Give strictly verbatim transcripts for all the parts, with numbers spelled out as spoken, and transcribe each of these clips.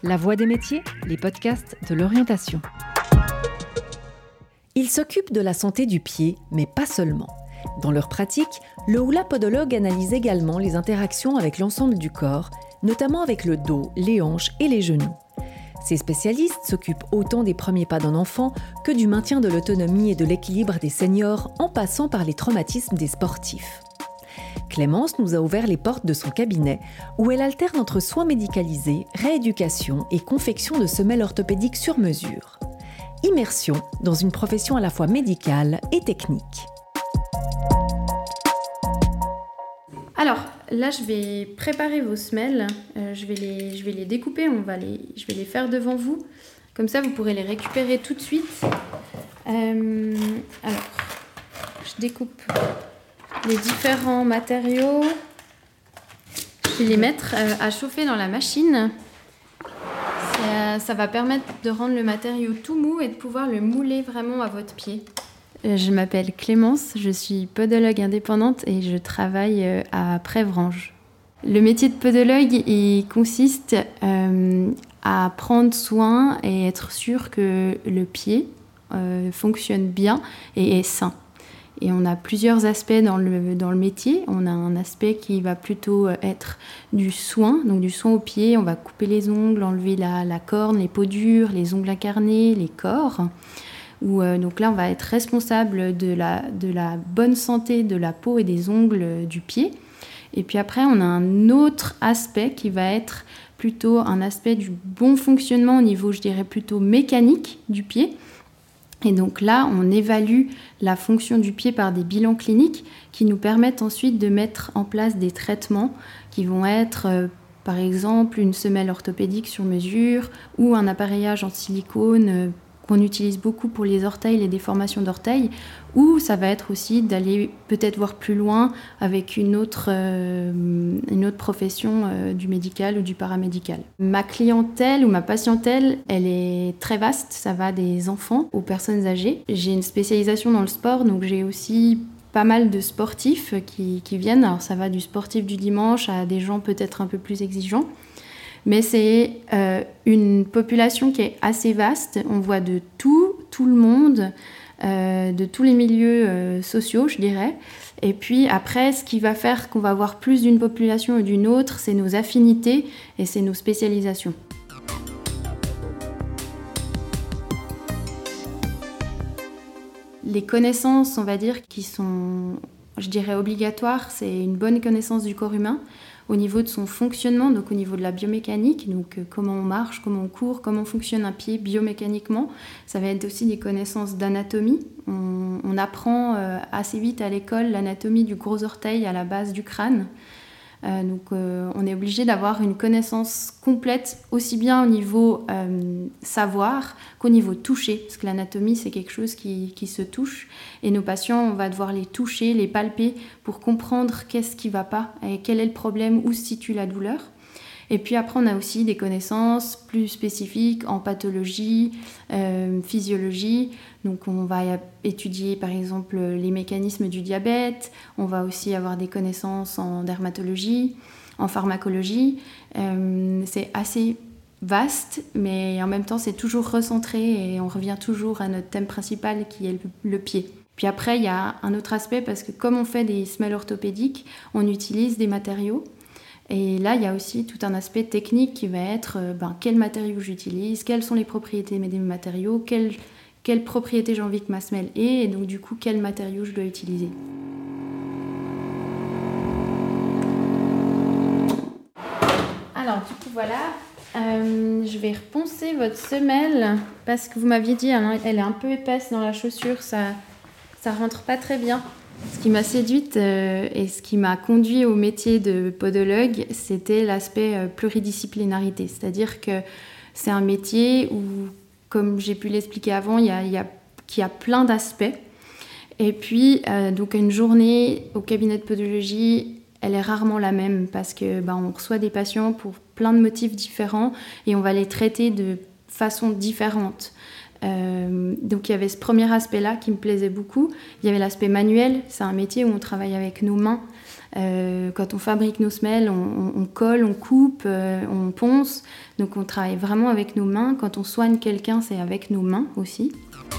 La Voix des métiers, les podcasts de l'orientation. Ils s'occupent de la santé du pied, mais pas seulement. Dans leur pratique, le houlapodologue analyse également les interactions avec l'ensemble du corps, notamment avec le dos, les hanches et les genoux. Ces spécialistes s'occupent autant des premiers pas d'un enfant que du maintien de l'autonomie et de l'équilibre des seniors en passant par les traumatismes des sportifs. Clémence nous a ouvert les portes de son cabinet où elle alterne entre soins médicalisés, rééducation et confection de semelles orthopédiques sur mesure. Immersion dans une profession à la fois médicale et technique. Alors, là, je vais préparer vos semelles. Euh, je, vais les, je vais les découper, on va les, je vais les faire devant vous. Comme ça, vous pourrez les récupérer tout de suite. Euh, alors, je découpe les différents matériaux. Je vais les mettre euh, à chauffer dans la machine. Ça, ça va permettre de rendre le matériau tout mou et de pouvoir le mouler vraiment à votre pied. Je m'appelle Clémence, je suis podologue indépendante et je travaille à Prévrange. Le métier de podologue, il consiste euh, à prendre soin et être sûr que le pied euh, fonctionne bien et est sain. Et on a plusieurs aspects dans le, dans le métier. On a un aspect qui va plutôt être du soin, donc du soin au pied. On va couper les ongles, enlever la, la corne, les peaux dures, les ongles incarnés, les corps. Où, euh, donc là, on va être responsable de la, de la bonne santé de la peau et des ongles du pied. Et puis après, on a un autre aspect qui va être plutôt un aspect du bon fonctionnement au niveau, je dirais, plutôt mécanique du pied. Et donc là, on évalue la fonction du pied par des bilans cliniques qui nous permettent ensuite de mettre en place des traitements qui vont être, euh, par exemple, une semelle orthopédique sur mesure ou un appareillage en silicone euh, qu'on utilise beaucoup pour les orteils, les déformations d'orteils, ou ça va être aussi d'aller peut-être voir plus loin avec une autre, euh, une autre profession euh, du médical ou du paramédical. Ma clientèle ou ma patientèle, elle est très vaste, ça va des enfants aux personnes âgées. J'ai une spécialisation dans le sport, donc j'ai aussi pas mal de sportifs qui, qui viennent. Alors ça va du sportif du dimanche à des gens peut-être un peu plus exigeants. Mais c'est euh, une population qui est assez vaste. On voit de tout, tout le monde, euh, de tous les milieux euh, sociaux, je dirais. Et puis après, ce qui va faire qu'on va avoir plus d'une population ou d'une autre, c'est nos affinités et c'est nos spécialisations. Les connaissances, on va dire, qui sont, je dirais, obligatoires, c'est une bonne connaissance du corps humain, au niveau de son fonctionnement, donc au niveau de la biomécanique, donc euh, comment on marche, comment on court, comment fonctionne un pied biomécaniquement. Ça va être aussi des connaissances d'anatomie. On, on apprend euh, assez vite à l'école l'anatomie du gros orteil à la base du crâne. Euh, donc euh, on est obligé d'avoir une connaissance complète, aussi bien au niveau euh, savoir qu'au niveau toucher, parce que l'anatomie c'est quelque chose qui, qui se touche, et nos patients, on va devoir les toucher, les palper pour comprendre qu'est-ce qui ne va pas, et quel est le problème, où se situe la douleur. Et puis après, on a aussi des connaissances plus spécifiques en pathologie, euh, physiologie. Donc on va étudier par exemple les mécanismes du diabète. On va aussi avoir des connaissances en dermatologie, en pharmacologie. Euh, c'est assez vaste, mais en même temps c'est toujours recentré et on revient toujours à notre thème principal qui est le, le pied. Puis après, il y a un autre aspect parce que comme on fait des semelles orthopédiques, on utilise des matériaux. Et là, il y a aussi tout un aspect technique qui va être euh, ben, quels matériaux j'utilise, quelles sont les propriétés des matériaux, quelles, quelles propriétés j'ai envie que ma semelle ait, et donc du coup, quels matériaux je dois utiliser. Alors, du coup, voilà, euh, je vais reponcer votre semelle parce que vous m'aviez dit hein, elle est un peu épaisse dans la chaussure, ça ça rentre pas très bien. Ce qui m'a séduite euh, et ce qui m'a conduit au métier de podologue, c'était l'aspect euh, pluridisciplinarité. C'est-à-dire que c'est un métier où, comme j'ai pu l'expliquer avant, il y a, il y a, qu'il y a plein d'aspects. Et puis, euh, donc une journée au cabinet de podologie, elle est rarement la même parce que ben, on reçoit des patients pour plein de motifs différents et on va les traiter de façon différente. Euh, donc il y avait ce premier aspect-là qui me plaisait beaucoup. Il y avait l'aspect manuel, c'est un métier où on travaille avec nos mains. Euh, quand on fabrique nos semelles, on, on, on colle, on coupe, euh, on ponce. Donc on travaille vraiment avec nos mains. Quand on soigne quelqu'un, c'est avec nos mains aussi.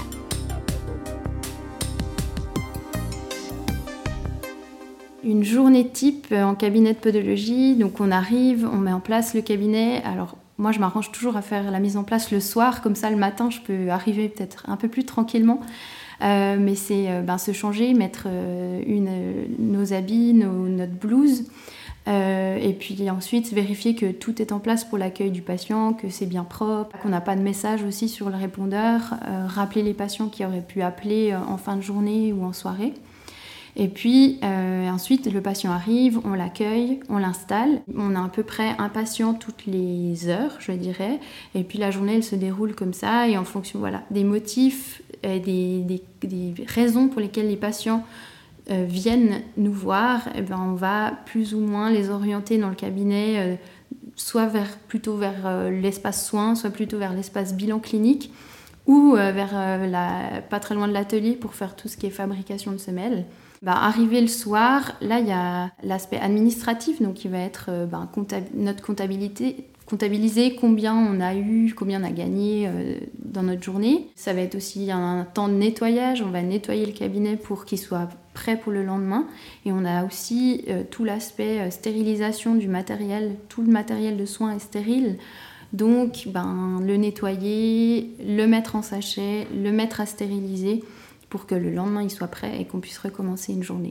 Une journée type en cabinet de podologie, donc on arrive, on met en place le cabinet. Alors moi je m'arrange toujours à faire la mise en place le soir, comme ça le matin je peux arriver peut-être un peu plus tranquillement. Euh, mais c'est euh, ben, se changer, mettre euh, une, nos habits, nos, notre blouse, euh, et puis ensuite vérifier que tout est en place pour l'accueil du patient, que c'est bien propre, qu'on n'a pas de message aussi sur le répondeur, euh, rappeler les patients qui auraient pu appeler euh, en fin de journée ou en soirée. Et puis euh, ensuite, le patient arrive, on l'accueille, on l'installe. On a à peu près un patient toutes les heures, je dirais. Et puis la journée, elle se déroule comme ça. Et en fonction voilà, des motifs, et des, des, des raisons pour lesquelles les patients euh, viennent nous voir, eh ben, on va plus ou moins les orienter dans le cabinet, euh, soit vers, plutôt vers euh, l'espace soins, soit plutôt vers l'espace bilan clinique, ou euh, vers euh, la, pas très loin de l'atelier pour faire tout ce qui est fabrication de semelles. Bah, arrivé le soir, là il y a l'aspect administratif, donc il va être euh, bah, comptab- notre comptabilité, comptabiliser combien on a eu, combien on a gagné euh, dans notre journée. Ça va être aussi un, un temps de nettoyage, on va nettoyer le cabinet pour qu'il soit prêt pour le lendemain. Et on a aussi euh, tout l'aspect euh, stérilisation du matériel, tout le matériel de soins est stérile. Donc ben, le nettoyer, le mettre en sachet, le mettre à stériliser, pour que le lendemain il soit prêt et qu'on puisse recommencer une journée.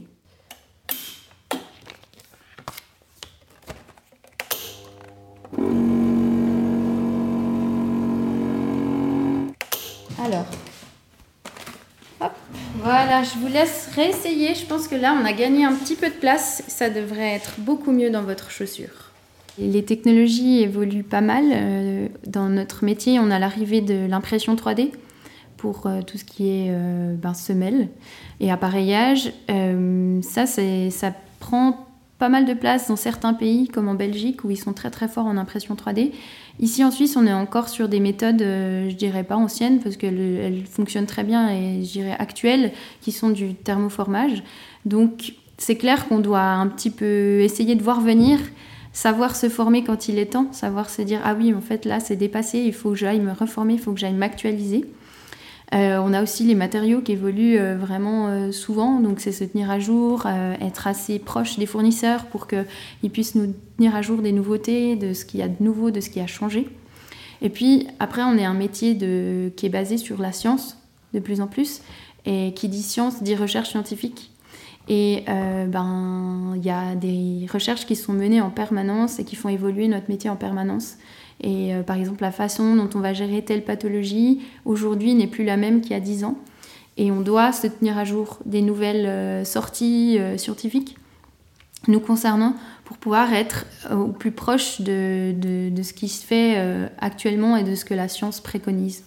Alors, hop, voilà, je vous laisse réessayer. Je pense que là on a gagné un petit peu de place. Ça devrait être beaucoup mieux dans votre chaussure. Les technologies évoluent pas mal. Dans notre métier, on a l'arrivée de l'impression trois D. Pour euh, tout ce qui est euh, ben, semelle et appareillage. Euh, ça, c'est, ça prend pas mal de place dans certains pays, comme en Belgique, où ils sont très très forts en impression trois D. Ici, en Suisse, on est encore sur des méthodes, euh, je dirais pas anciennes, parce qu'elles elles fonctionnent très bien, et je dirais actuelles, qui sont du thermoformage. Donc, c'est clair qu'on doit un petit peu essayer de voir venir, savoir se former quand il est temps, savoir se dire « Ah oui, en fait, là, c'est dépassé, il faut que j'aille me reformer, il faut que j'aille m'actualiser ». Euh, on a aussi les matériaux qui évoluent euh, vraiment euh, souvent, donc c'est se tenir à jour, euh, être assez proche des fournisseurs pour qu'ils puissent nous tenir à jour des nouveautés, de ce qu'il y a de nouveau, de ce qui a changé. Et puis après, on est un métier de, qui est basé sur la science de plus en plus, et qui dit science dit recherche scientifique. Et euh, ben, y a des recherches qui sont menées en permanence et qui font évoluer notre métier en permanence. Et euh, par exemple, la façon dont on va gérer telle pathologie, aujourd'hui, n'est plus la même qu'il y a dix ans. Et on doit se tenir à jour des nouvelles euh, sorties euh, scientifiques nous concernant pour pouvoir être euh, au plus proche de, de, de ce qui se fait euh, actuellement et de ce que la science préconise.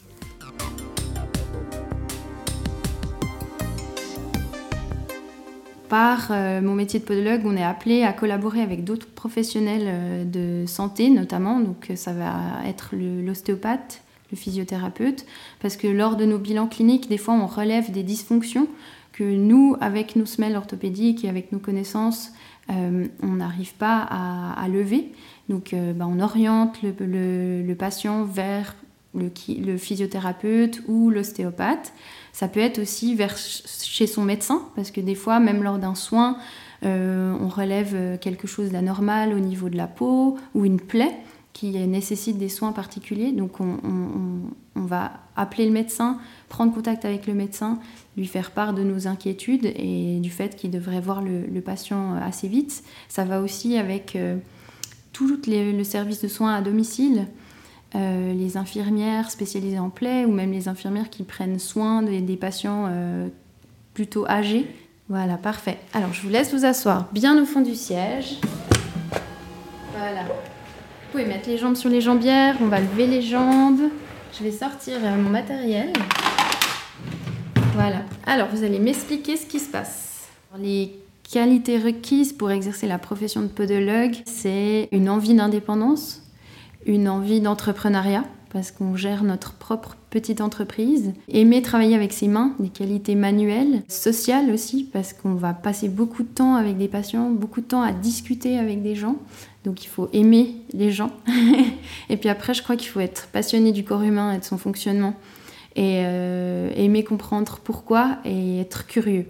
Par euh, mon métier de podologue, on est appelé à collaborer avec d'autres professionnels euh, de santé notamment, donc ça va être le, l'ostéopathe, le physiothérapeute, parce que lors de nos bilans cliniques, des fois on relève des dysfonctions que nous, avec nos semelles orthopédiques et avec nos connaissances, euh, on n'arrive pas à, à lever. Donc euh, bah, on oriente le, le, le patient vers le, le physiothérapeute ou l'ostéopathe. Ça peut être aussi vers chez son médecin, parce que des fois, même lors d'un soin, euh, on relève quelque chose d'anormal au niveau de la peau ou une plaie qui nécessite des soins particuliers. Donc on, on, on va appeler le médecin, prendre contact avec le médecin, lui faire part de nos inquiétudes et du fait qu'il devrait voir le, le patient assez vite. Ça va aussi avec euh, tout les, le service de soins à domicile. Euh, les infirmières spécialisées en plaies ou même les infirmières qui prennent soin des, des patients euh, plutôt âgés. Voilà, parfait. Alors, je vous laisse vous asseoir bien au fond du siège. Voilà. Vous pouvez mettre les jambes sur les jambières, on va lever les jambes. Je vais sortir euh, mon matériel. Voilà. Alors, vous allez m'expliquer ce qui se passe. Les qualités requises pour exercer la profession de podologue, c'est une envie d'indépendance, une envie d'entrepreneuriat, parce qu'on gère notre propre petite entreprise. Aimer travailler avec ses mains, des qualités manuelles, sociales aussi, parce qu'on va passer beaucoup de temps avec des patients, beaucoup de temps à discuter avec des gens. Donc il faut aimer les gens. Et puis après, je crois qu'il faut être passionné du corps humain et de son fonctionnement. Et euh, aimer comprendre pourquoi et être curieux.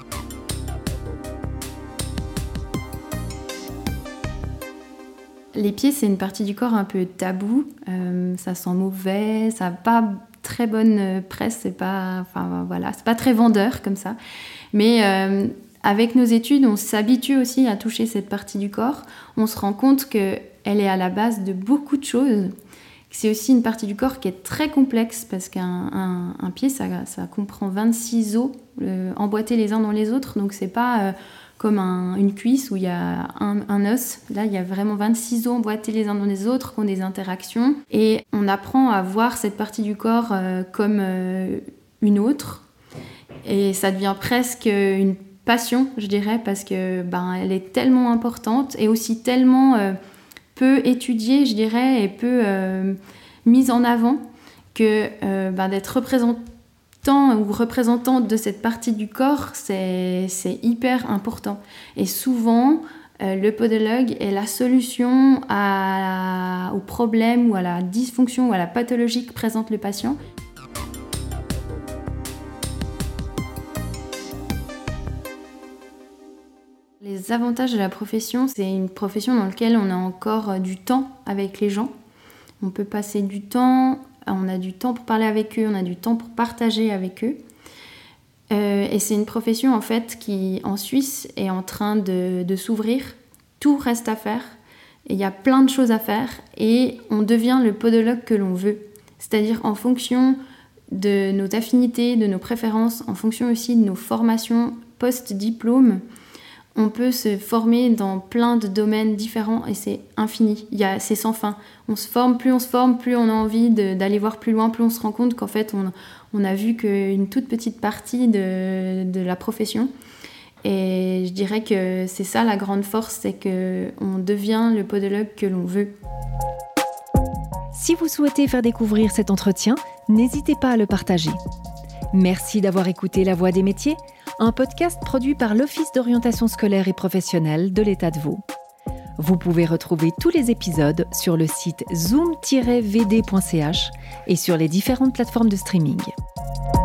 Les pieds, c'est une partie du corps un peu tabou. Euh, ça sent mauvais, ça n'a pas très bonne presse, c'est pas, enfin, voilà, c'est pas très vendeur comme ça. Mais euh, avec nos études, on s'habitue aussi à toucher cette partie du corps. On se rend compte qu'elle est à la base de beaucoup de choses. C'est aussi une partie du corps qui est très complexe parce qu'un un, un pied, ça, ça comprend vingt-six os euh, emboîtés les uns dans les autres. Donc c'est pas euh, comme un, une cuisse où il y a un, un os. Là, il y a vraiment vingt-six os emboîtés les uns dans les autres qui ont des interactions. Et on apprend à voir cette partie du corps euh, comme euh, une autre. Et ça devient presque une passion, je dirais, parce que ben, elle est tellement importante et aussi tellement euh, peu étudiée, je dirais, et peu euh, mise en avant que euh, ben, d'être représentant ou représentante de cette partie du corps, c'est, c'est hyper important. Et souvent, euh, le podologue est la solution à, au problème ou à la dysfonction ou à la pathologie que présente le patient. Les avantages de la profession, c'est une profession dans laquelle on a encore du temps avec les gens. On peut passer du temps, on a du temps pour parler avec eux, on a du temps pour partager avec eux. Euh, et c'est une profession en fait qui, en Suisse, est en train de, de s'ouvrir. Tout reste à faire. Il y a plein de choses à faire et on devient le podologue que l'on veut. C'est-à-dire en fonction de nos affinités, de nos préférences, en fonction aussi de nos formations post-diplôme. On peut se former dans plein de domaines différents et c'est infini, il y a, c'est sans fin. On se forme, plus on se forme, plus on a envie de, d'aller voir plus loin, plus on se rend compte qu'en fait on, on a vu qu'une toute petite partie de, de la profession. Et je dirais que c'est ça la grande force, c'est qu'on devient le podologue que l'on veut. Si vous souhaitez faire découvrir cet entretien, n'hésitez pas à le partager. Merci d'avoir écouté La Voix des métiers, un podcast produit par l'Office d'orientation scolaire et professionnelle de l'État de Vaud. Vous pouvez retrouver tous les épisodes sur le site zoom tiret v d point c h et sur les différentes plateformes de streaming.